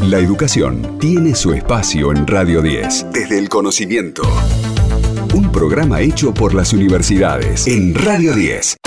La educación tiene su espacio en Radio 10. Desde el conocimiento. Un programa hecho por las universidades en Radio 10.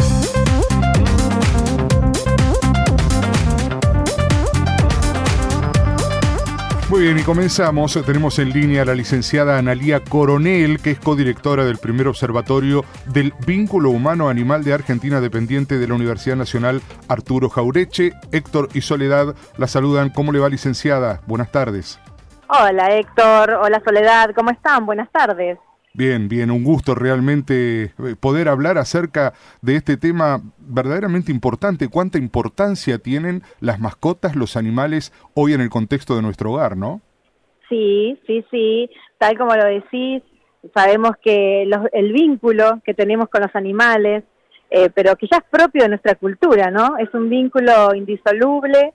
Muy bien, y comenzamos. Tenemos en línea a la licenciada Analía Coronel, que es codirectora del primer observatorio del vínculo humano-animal de Argentina, dependiente de la Universidad Nacional Arturo Jaureche. Héctor y Soledad la saludan. ¿Cómo le va, licenciada? Buenas tardes. Hola, Héctor. Hola, Soledad. ¿Cómo están? Buenas tardes. Bien, bien, un gusto realmente poder hablar acerca de este tema verdaderamente importante. ¿Cuánta importancia tienen las mascotas, los animales, hoy en el contexto de nuestro hogar, no? Sí, tal como lo decís, sabemos que el vínculo que tenemos con los animales, pero que ya es propio de nuestra cultura, ¿no? Es un vínculo indisoluble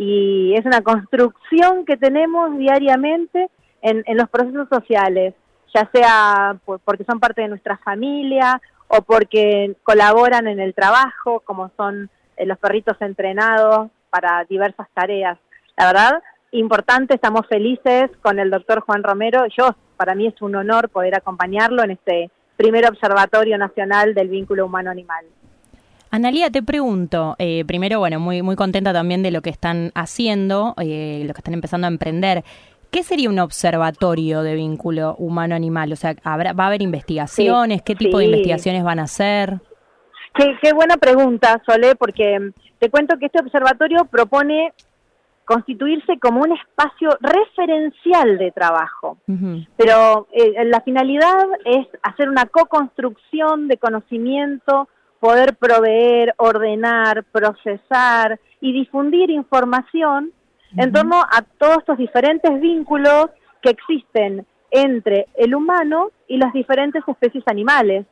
y es una construcción que tenemos diariamente en los procesos sociales, ya sea porque son parte de nuestra familia o porque colaboran en el trabajo, como son los perritos entrenados para diversas tareas. La verdad, importante, estamos felices con el doctor Juan Romero. Para mí es un honor poder acompañarlo en este primer Observatorio Nacional del Vínculo Humano-Animal. Analía, te pregunto, primero, bueno, muy contenta también de lo que están haciendo, lo que están empezando a emprender. ¿Qué sería un observatorio de vínculo humano-animal? O sea, ¿va a haber investigaciones? Sí, ¿qué tipo de investigaciones van a hacer? Qué buena pregunta, Solé, porque te cuento que este observatorio propone constituirse como un espacio referencial de trabajo. Uh-huh. Pero la finalidad es hacer una co-construcción de conocimiento, poder proveer, ordenar, procesar y difundir información en torno a todos estos diferentes vínculos que existen entre el humano y las diferentes especies animales.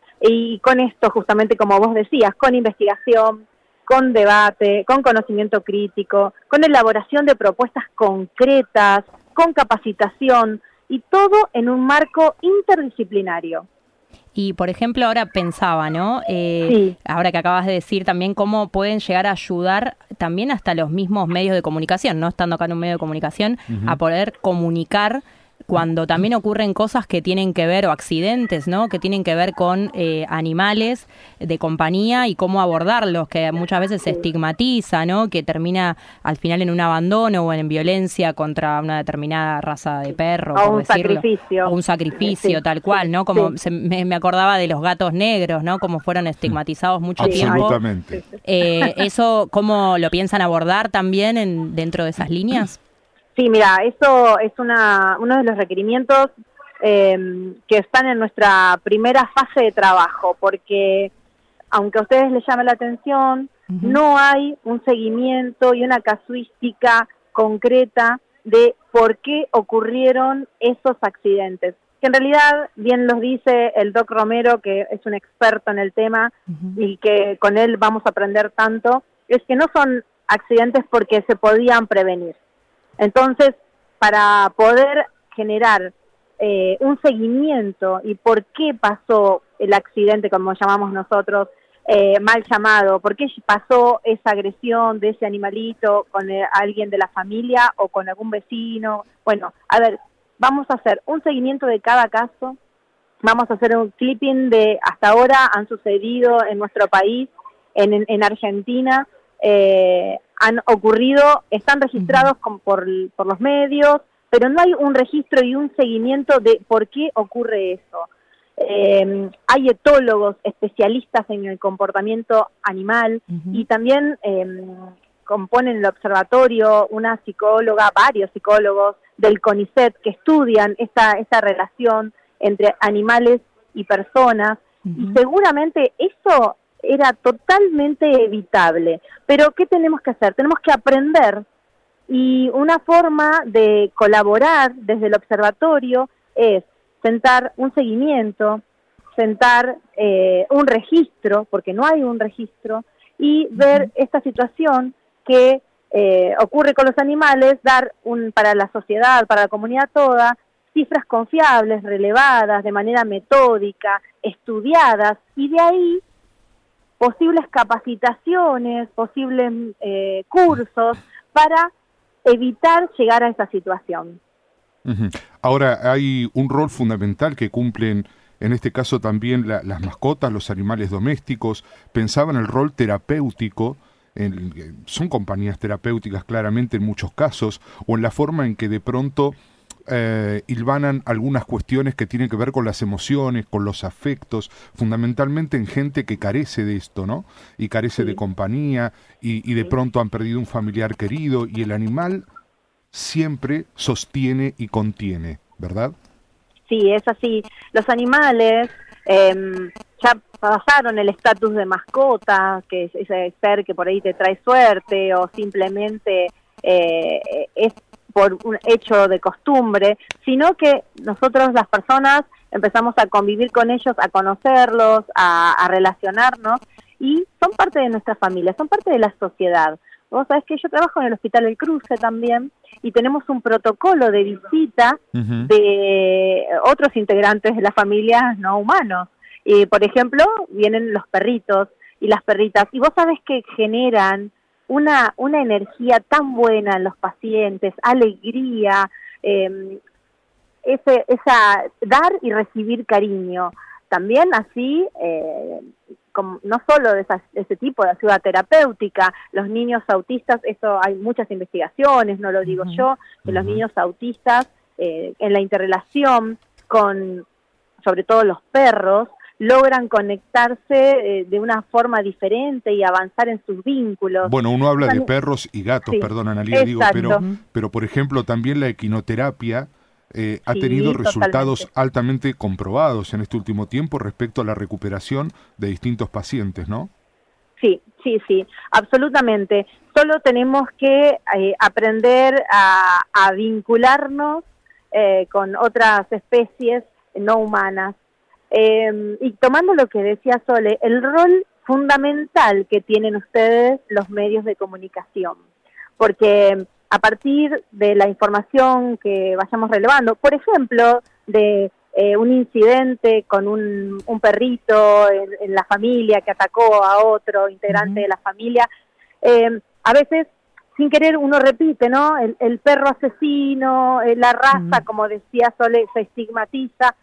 Y con esto, justamente como vos decías, con investigación, con debate, con conocimiento crítico, con elaboración de propuestas concretas, con capacitación, y todo en un marco interdisciplinario. Y, por ejemplo, ahora pensaba, ¿no? Sí. Ahora que acabas de decir también cómo pueden llegar a ayudar también hasta los mismos medios de comunicación, no estando acá en un medio de comunicación, a poder comunicar cuando también ocurren cosas que tienen que ver, o accidentes, ¿no? Que tienen que ver con animales de compañía y cómo abordarlos, que muchas veces se estigmatiza, ¿no? Que termina al final en un abandono o en violencia contra una determinada raza de perro, o un sacrificio. O un sacrificio, sí, tal cual, ¿no? Como me acordaba de los gatos negros, ¿no? Como fueron estigmatizados mucho tiempo. Absolutamente. ¿Eso cómo lo piensan abordar también dentro de esas líneas? Sí, mira, eso es uno de los requerimientos que están en nuestra primera fase de trabajo, porque aunque a ustedes les llame la atención, no hay un seguimiento y una casuística concreta de por qué ocurrieron esos accidentes. Que en realidad, bien los dice el doc Romero, que es un experto en el tema y que con él vamos a aprender tanto, es que no son accidentes porque se podían prevenir. Entonces, para poder generar un seguimiento y por qué pasó el accidente, como llamamos nosotros, mal llamado, por qué pasó esa agresión de ese animalito con alguien de la familia o con algún vecino. Bueno, a ver, vamos a hacer un seguimiento de cada caso, vamos a hacer un clipping de hasta ahora han sucedido en nuestro país, en Argentina, han ocurrido, están registrados por los medios, pero no hay un registro y un seguimiento de por qué ocurre eso. Hay etólogos especialistas en el comportamiento animal y también componen el observatorio una psicóloga, varios psicólogos del CONICET que estudian esta relación entre animales y personas, y seguramente eso era totalmente evitable. Pero ¿qué tenemos que hacer? Tenemos que aprender, y una forma de colaborar desde el observatorio es sentar un seguimiento, sentar un registro, porque no hay un registro, y ver esta situación que ocurre con los animales, dar para la sociedad, para la comunidad toda, cifras confiables, relevadas, de manera metódica, estudiadas, y de ahí posibles capacitaciones, posibles cursos para evitar llegar a esa situación. Uh-huh. Ahora, hay un rol fundamental que cumplen, en este caso también las mascotas, los animales domésticos. Pensaba en el rol terapéutico, son compañías terapéuticas claramente en muchos casos, o en la forma en que de pronto hilvanan algunas cuestiones que tienen que ver con las emociones, con los afectos, fundamentalmente en gente que carece de esto, ¿no? Y carece de compañía, y de pronto han perdido un familiar querido, y el animal siempre sostiene y contiene, ¿verdad? Sí, es así. Los animales ya pasaron el estatus de mascota, que es ese ser que por ahí te trae suerte, o simplemente es por un hecho de costumbre, sino que nosotros las personas empezamos a convivir con ellos, a conocerlos, a relacionarnos, y son parte de nuestra familia, son parte de la sociedad. Vos sabés que yo trabajo en el Hospital El Cruce también, y tenemos un protocolo de visita de otros integrantes de la familia no humanos. Y, por ejemplo, vienen los perritos y las perritas, y vos sabés que generan una energía tan buena en los pacientes, alegría, esa dar y recibir cariño. También así, como, no solo de ese tipo de ayuda terapéutica, los niños autistas, eso hay muchas investigaciones, no lo digo yo, de los niños autistas en la interrelación con, sobre todo los perros, logran conectarse de una forma diferente y avanzar en sus vínculos. Bueno, uno habla de perros y gatos, sí, perdón, Analía, digo, pero por ejemplo también la equinoterapia ha tenido resultados altamente comprobados en este último tiempo respecto a la recuperación de distintos pacientes, ¿no? Sí, absolutamente. Solo tenemos que aprender a vincularnos con otras especies no humanas. Y tomando lo que decía Sole, el rol fundamental que tienen ustedes los medios de comunicación, porque a partir de la información que vayamos relevando, por ejemplo, de un incidente con un perrito en la familia que atacó a otro integrante de la familia, a veces sin querer uno repite, ¿no? El perro asesino, la raza, como decía Sole, se estigmatiza,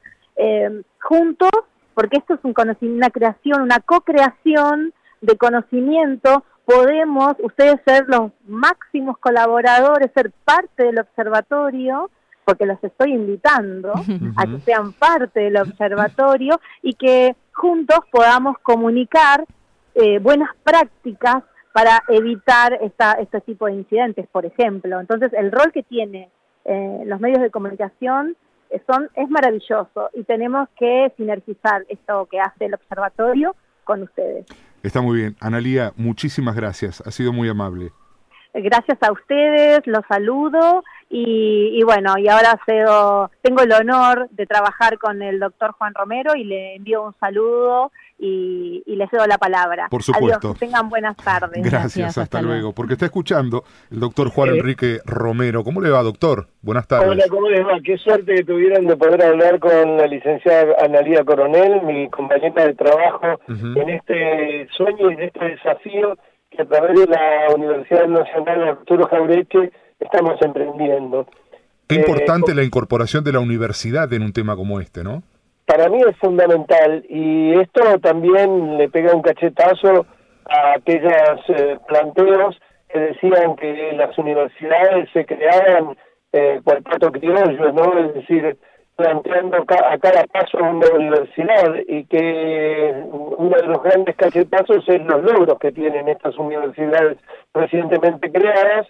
juntos, porque esto es una creación, una co-creación de conocimiento. Podemos, ustedes ser los máximos colaboradores, ser parte del observatorio, porque los estoy invitando a que sean parte del observatorio y que juntos podamos comunicar buenas prácticas para evitar este tipo de incidentes, por ejemplo. Entonces, el rol que tiene los medios de comunicación es maravilloso, y tenemos que sinergizar esto que hace el observatorio con ustedes. Está muy bien. Analía, muchísimas gracias. Ha sido muy amable. Gracias a ustedes, los saludo, y bueno, y ahora tengo el honor de trabajar con el doctor Juan Romero, y le envío un saludo y les doy la palabra. Por supuesto. Adiós, que tengan buenas tardes. Gracias, hasta luego. Porque está escuchando el doctor Juan Enrique Romero. ¿Cómo le va, doctor? Buenas tardes. Hola, ¿cómo les va? Qué suerte que tuvieron de poder hablar con la licenciada Analía Coronel, mi compañera de trabajo, en este sueño y en este desafío que a través de la Universidad Nacional Arturo Jauretche estamos emprendiendo. Qué importante la incorporación de la universidad en un tema como este, ¿no? Para mí es fundamental, y esto también le pega un cachetazo a aquellos planteos que decían que las universidades se creaban por pato criollo, ¿no? Es decir, planteando a cada paso una universidad, y que uno de los grandes cachetazos es los logros que tienen estas universidades recientemente creadas,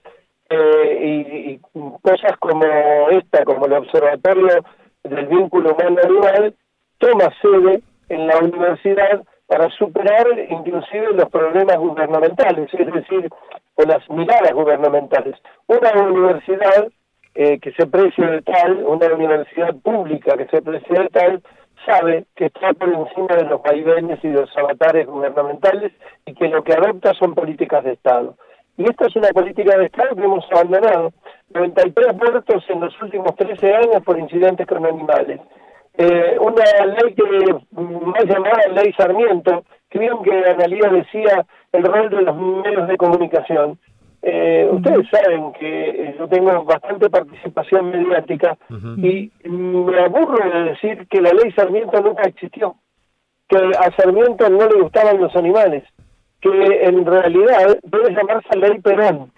y cosas como esta, como el Observatorio del Vínculo Humano-Animal, toma sede en la universidad para superar inclusive los problemas gubernamentales, es decir, o las miradas gubernamentales. Una universidad que se precia de tal, una universidad pública que se precia de tal, sabe que está por encima de los vaivenes y de los avatares gubernamentales, y que lo que adopta son políticas de Estado. Y esta es una política de Estado que hemos abandonado. 93 muertos en los últimos 13 años por incidentes con animales. Una ley que más llamada Ley Sarmiento, que bien que Analía decía el rol de los medios de comunicación. Ustedes saben que yo tengo bastante participación mediática y me aburro de decir que la ley Sarmiento nunca existió, que a Sarmiento no le gustaban los animales, que en realidad debe llamarse ley Perón.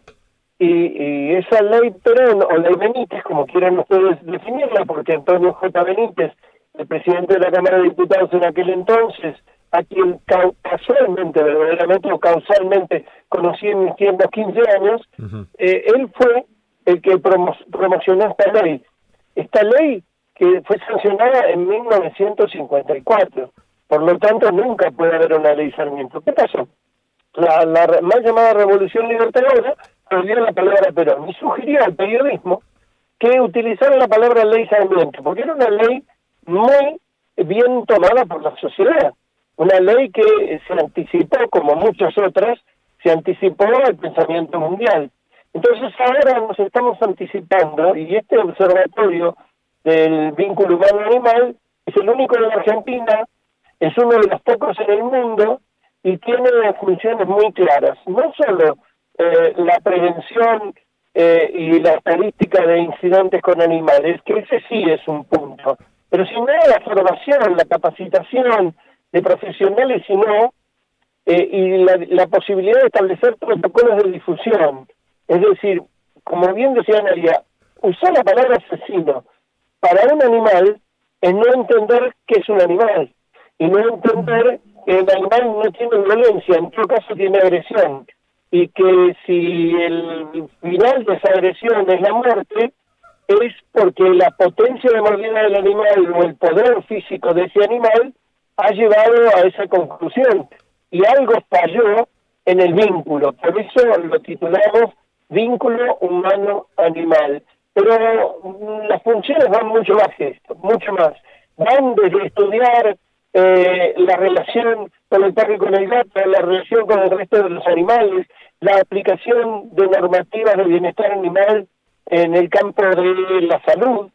Y esa ley Perón o ley Benítez, como quieran ustedes definirla, porque Antonio J. Benítez, el presidente de la Cámara de Diputados en aquel entonces, a quien casualmente, verdaderamente o causalmente conocí en mis tiempos 15 años, él fue el que promocionó esta ley. Esta ley que fue sancionada en 1954, por lo tanto nunca puede haber una ley Sarmiento. ¿Qué pasó? La mal llamada Revolución Libertadora prohibió la palabra Perón y sugirió al periodismo que utilizara la palabra ley Sarmiento, porque era una ley muy bien tomada por la sociedad. Una ley que se anticipó, como muchas otras, se anticipó al pensamiento mundial. Entonces ahora nos estamos anticipando, y este observatorio del vínculo humano-animal es el único en la Argentina, es uno de los pocos en el mundo, y tiene funciones muy claras. No solo la prevención y la estadística de incidentes con animales, que ese sí es un punto, pero sino la formación, la capacitación de profesionales, sino y la posibilidad de establecer protocolos de difusión. Es decir, como bien decía Analia, usar la palabra asesino para un animal es no entender que es un animal, y no entender que el animal no tiene violencia, en todo caso tiene agresión, y que si el final de esa agresión es la muerte, es porque la potencia de mordida del animal o el poder físico de ese animal ha llevado a esa conclusión, y algo falló en el vínculo. Por eso lo titulamos vínculo humano-animal. Pero las funciones van mucho más que esto, mucho más. Van desde estudiar la relación con el perro y con el gato, la relación con el resto de los animales, la aplicación de normativas de bienestar animal en el campo de la salud.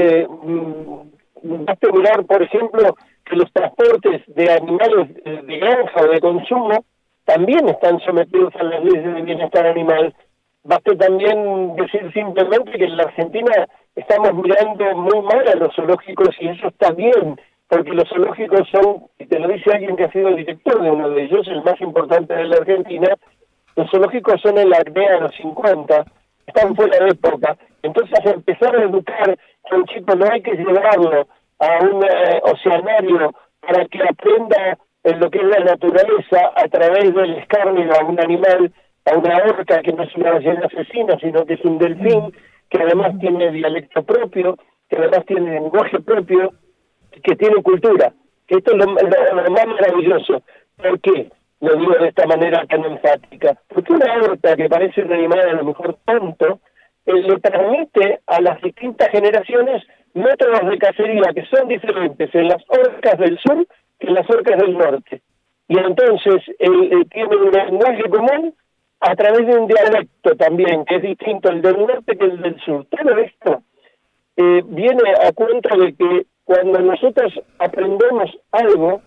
Basta mirar, por ejemplo, que los transportes de animales de granja o de consumo también están sometidos a las leyes de bienestar animal. Basta también decir simplemente que en la Argentina estamos mirando muy mal a los zoológicos, y eso está bien, porque los zoológicos son, y te lo dice alguien que ha sido director de uno de ellos, el más importante de la Argentina, los zoológicos son en la década de los 50, están fuera de época. Entonces empezar a educar a un chico, no hay que llevarlo a un oceanario para que aprenda lo que es la naturaleza a través del escarnio a un animal, a una orca que no es una ballena asesina, sino que es un delfín, que además tiene dialecto propio, que además tiene lenguaje propio, que tiene cultura. Que esto es lo más maravilloso. ¿Por qué lo digo de esta manera tan enfática? Porque una orca que parece un animal a lo mejor tonto, le transmite a las distintas generaciones métodos de cacería que son diferentes en las orcas del sur que en las orcas del norte. Y entonces tiene un lenguaje común a través de un dialecto también, que es distinto el del norte que el del sur. Todo esto viene a cuenta de que cuando nosotros aprendemos algo,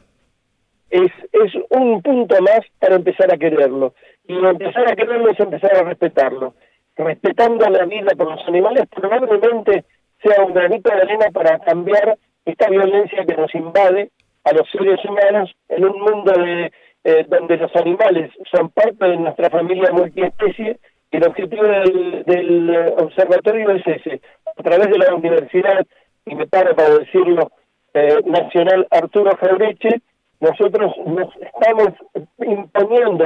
es un punto más para empezar a quererlo. Y empezar a quererlo es empezar a respetarlo. Respetando la vida por los animales, probablemente sea un granito de arena para cambiar esta violencia que nos invade a los seres humanos en un mundo donde los animales son parte de nuestra familia multiespecie, y el objetivo del observatorio es ese. A través de la Universidad, y me paro para decirlo, Nacional Arturo Jaureche, nosotros nos estamos imponiendo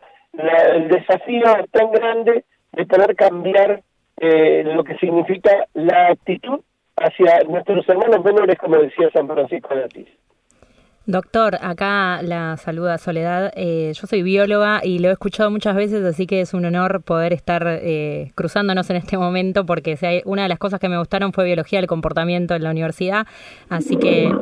el desafío tan grande de poder cambiar lo que significa la actitud hacia nuestros hermanos menores, como decía San Francisco de Asís. Doctor, acá la saluda Soledad. Yo soy bióloga y lo he escuchado muchas veces, así que es un honor poder estar cruzándonos en este momento, porque una de las cosas que me gustaron fue biología del comportamiento en la universidad, así que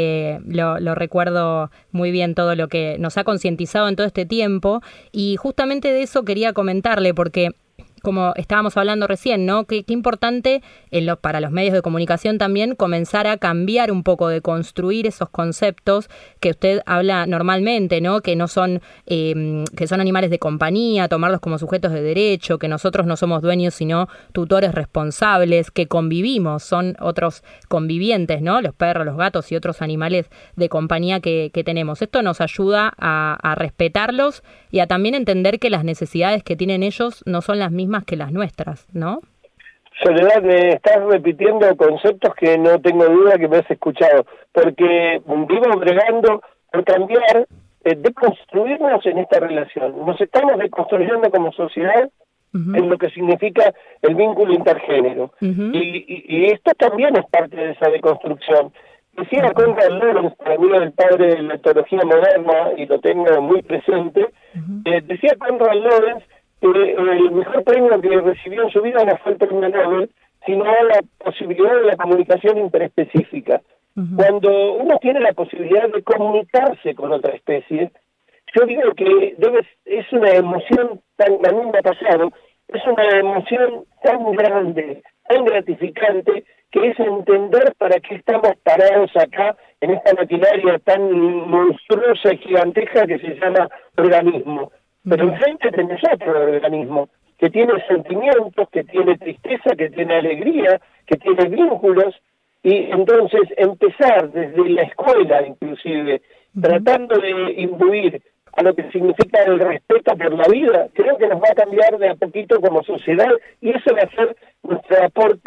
lo recuerdo muy bien, todo lo que nos ha concientizado en todo este tiempo, y justamente de eso quería comentarle, porque como estábamos hablando recién, ¿no? Qué importante para los medios de comunicación también comenzar a cambiar un poco, de construir esos conceptos que usted habla normalmente, ¿no? Que no son, que son animales de compañía, tomarlos como sujetos de derecho, que nosotros no somos dueños sino tutores responsables, que convivimos, son otros convivientes, ¿no? Los perros, los gatos y otros animales de compañía que tenemos. Esto nos ayuda a respetarlos y a también entender que las necesidades que tienen ellos no son las mismas que las nuestras, ¿no? Soledad, me estás repitiendo conceptos que no tengo duda que me has escuchado, porque vivo bregando por cambiar, deconstruirnos en esta relación. Nos estamos deconstruyendo como sociedad en lo que significa el vínculo intergénero. Y esto también es parte de esa deconstrucción. Decía Conrad Lorenz, amigo del padre de la etología moderna, y lo tengo muy presente, decía Conrad Lorenz que el mejor premio que recibió en su vida no fue el premio Nobel, sino la posibilidad de la comunicación interespecífica. Cuando uno tiene la posibilidad de comunicarse con otra especie, yo digo que es una emoción tan, a mí me ha pasado, es una emoción tan grande, tan gratificante, que es entender para qué estamos parados acá en esta maquinaria tan monstruosa y gigantesca que se llama organismo. Pero enfrente tenés otro organismo que tiene sentimientos, que tiene tristeza, que tiene alegría, que tiene vínculos, y entonces empezar desde la escuela inclusive, tratando de imbuir a lo que significa el respeto por la vida, creo que nos va a cambiar de a poquito como sociedad, y eso va a ser nuestro aporte,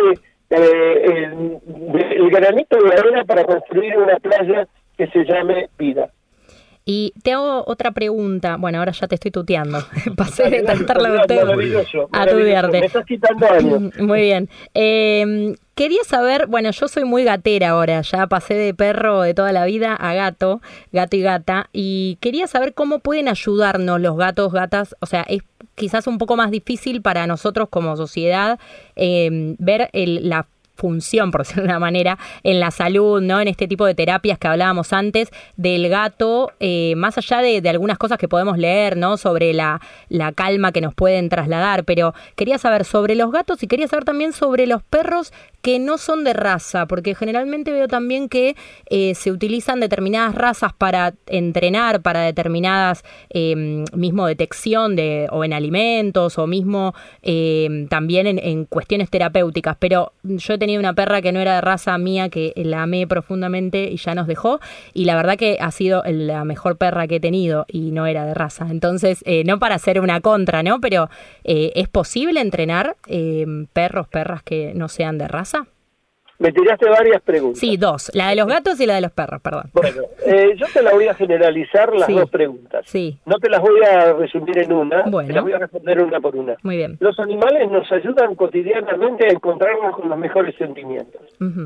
el granito de arena para construir una playa que se llame vida. Y te hago otra pregunta. Bueno, ahora ya te estoy tuteando. Pasé de tratarla de usted a tutearte. Me estás quitando años. Muy bien. Quería saber, bueno, yo soy muy gatera ahora, ya pasé de perro de toda la vida a gato y gata, y quería saber cómo pueden ayudarnos los gatos, gatas, o sea, es quizás un poco más difícil para nosotros como sociedad ver la función, por decirlo de una manera, en la salud, ¿no? En este tipo de terapias que hablábamos antes del gato, más allá de algunas cosas que podemos leer, ¿no? Sobre la calma que nos pueden trasladar, pero quería saber sobre los gatos y quería saber también sobre los perros que no son de raza, porque generalmente veo también que se utilizan determinadas razas para entrenar, para determinadas mismo detección o en alimentos o mismo también en cuestiones terapéuticas, pero yo he tenido una perra que no era de raza mía, que la amé profundamente y ya nos dejó, y la verdad que ha sido la mejor perra que he tenido y no era de raza. Entonces, no para hacer una contra, ¿no? Pero ¿es posible entrenar perras que no sean de raza? Me tiraste varias preguntas. Sí, dos. La de los gatos y la de los perros, perdón. Bueno, yo te la voy a generalizar las dos preguntas. Sí. No te las voy a resumir en una, bueno. Te las voy a responder una por una. Muy bien. Los animales nos ayudan cotidianamente a encontrarnos con los mejores sentimientos.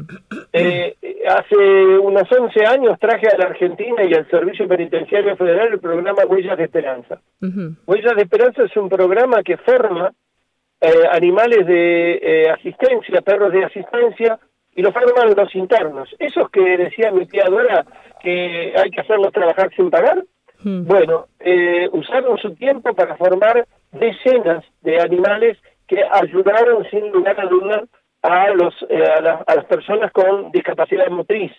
Hace unos 11 años traje a la Argentina y al Servicio Penitenciario Federal el programa Huellas de Esperanza. Huellas de Esperanza es un programa que forma animales de asistencia, perros de asistencia, y lo forman los internos. Esos que decía mi tía Dora que hay que hacerlos trabajar sin pagar, bueno, usaron su tiempo para formar decenas de animales que ayudaron sin lugar a dudas a las personas con discapacidad motriz,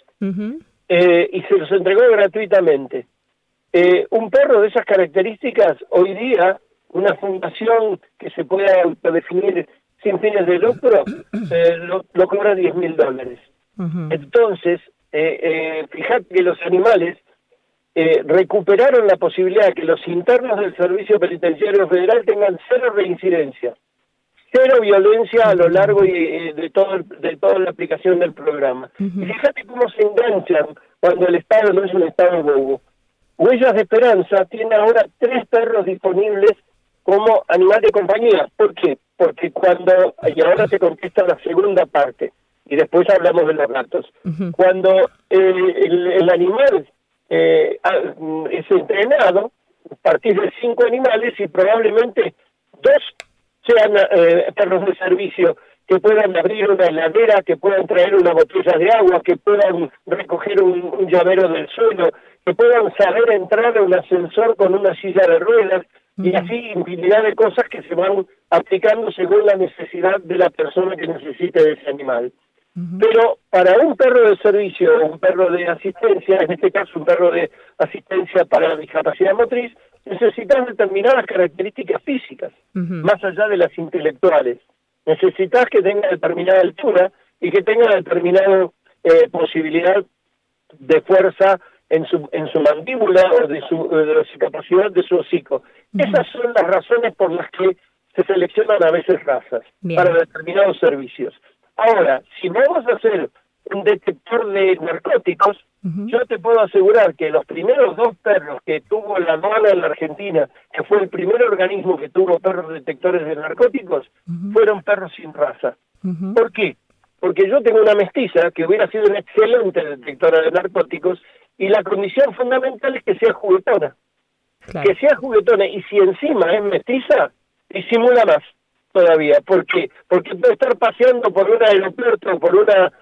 y se los entregó gratuitamente. Un perro de esas características, hoy día, una fundación que se pueda definir sin fines de lucro, lo cobra $10,000. Entonces, fíjate que los animales recuperaron la posibilidad de que los internos del Servicio Penitenciario Federal tengan cero reincidencia, cero violencia a lo largo de toda la aplicación del programa. Y fíjate cómo se enganchan cuando el Estado no es un Estado bobo. Huellas de Esperanza tiene ahora 3 perros disponibles como animal de compañía. ¿Por qué? Porque y ahora te contesto la segunda parte, y después hablamos de los gatos. Cuando el animal es entrenado, partís de 5 animales y probablemente 2 sean perros de servicio, que puedan abrir una heladera, que puedan traer una botella de agua, que puedan recoger un llavero del suelo, que puedan saber entrar a un ascensor con una silla de ruedas. y así infinidad de cosas que se van aplicando según la necesidad de la persona que necesite de ese animal. Pero para un perro de servicio, un perro de asistencia, en este caso un perro de asistencia para la discapacidad motriz, necesitas determinadas características físicas, más allá de las intelectuales. Necesitas que tenga determinada altura y que tenga determinada posibilidad de fuerza en su mandíbula o de su capacidad de su hocico. Esas son las razones por las que se seleccionan a veces razas para determinados servicios. Ahora, si vamos a hacer un detector de narcóticos, yo te puedo asegurar que los primeros 2 perros que tuvo la aduana en la Argentina, que fue el primer organismo que tuvo perros detectores de narcóticos, fueron perros sin raza. ¿Por qué? Porque yo tengo una mestiza que hubiera sido una excelente detectora de narcóticos y la condición fundamental es que sea juguetona. Claro. Que sea juguetona, y si encima es mestiza, disimula más todavía. ¿Por qué? Porque puede estar paseando por un aeropuerto, por una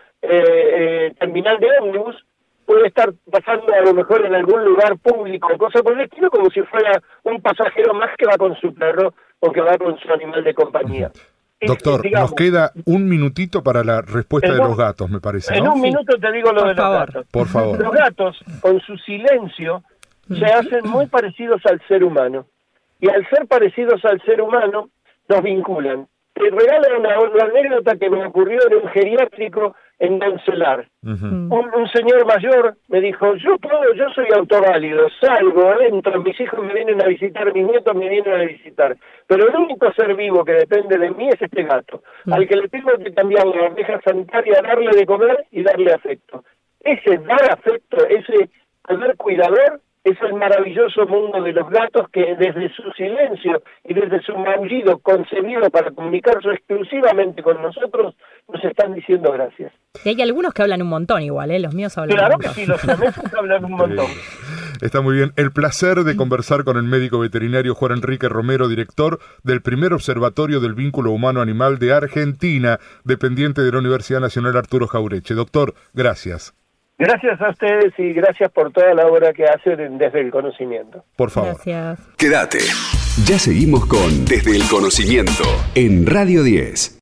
terminal de ómnibus, puede estar pasando a lo mejor en algún lugar público, cosa por el estilo, como si fuera un pasajero más que va con su perro o que va con su animal de compañía. Doctor, digamos, nos queda un minutito para la respuesta de los gatos, me parece, ¿no? En un minuto te digo lo de los gatos. Por favor. Los gatos, con su silencio, se hacen muy parecidos al ser humano. Y al ser parecidos al ser humano, nos vinculan. Te regalo una anécdota que me ocurrió en un geriátrico en Doncelar. Un señor mayor me dijo, yo soy autoválido, salgo, entro, mis hijos me vienen a visitar, mis nietos me vienen a visitar, pero el único ser vivo que depende de mí es este gato, al que le tengo que cambiar la oveja sanitaria, darle de comer y darle afecto. Ese dar afecto, ese poder cuidador, es el maravilloso mundo de los gatos que desde su silencio y desde su maullido concebido para comunicarse exclusivamente con nosotros, nos están diciendo gracias. Y hay algunos que hablan un montón igual, ¿eh? Los míos hablan claro un montón. Que sí, los siameses hablan un montón. Está muy bien. El placer de conversar con el médico veterinario Juan Enrique Romero, director del primer observatorio del vínculo humano-animal de Argentina, dependiente de la Universidad Nacional Arturo Jauretche. Doctor, gracias. Gracias a ustedes y gracias por toda la obra que hacen desde el conocimiento. Por favor. Gracias. Quédate. Ya seguimos con Desde el Conocimiento en Radio 10.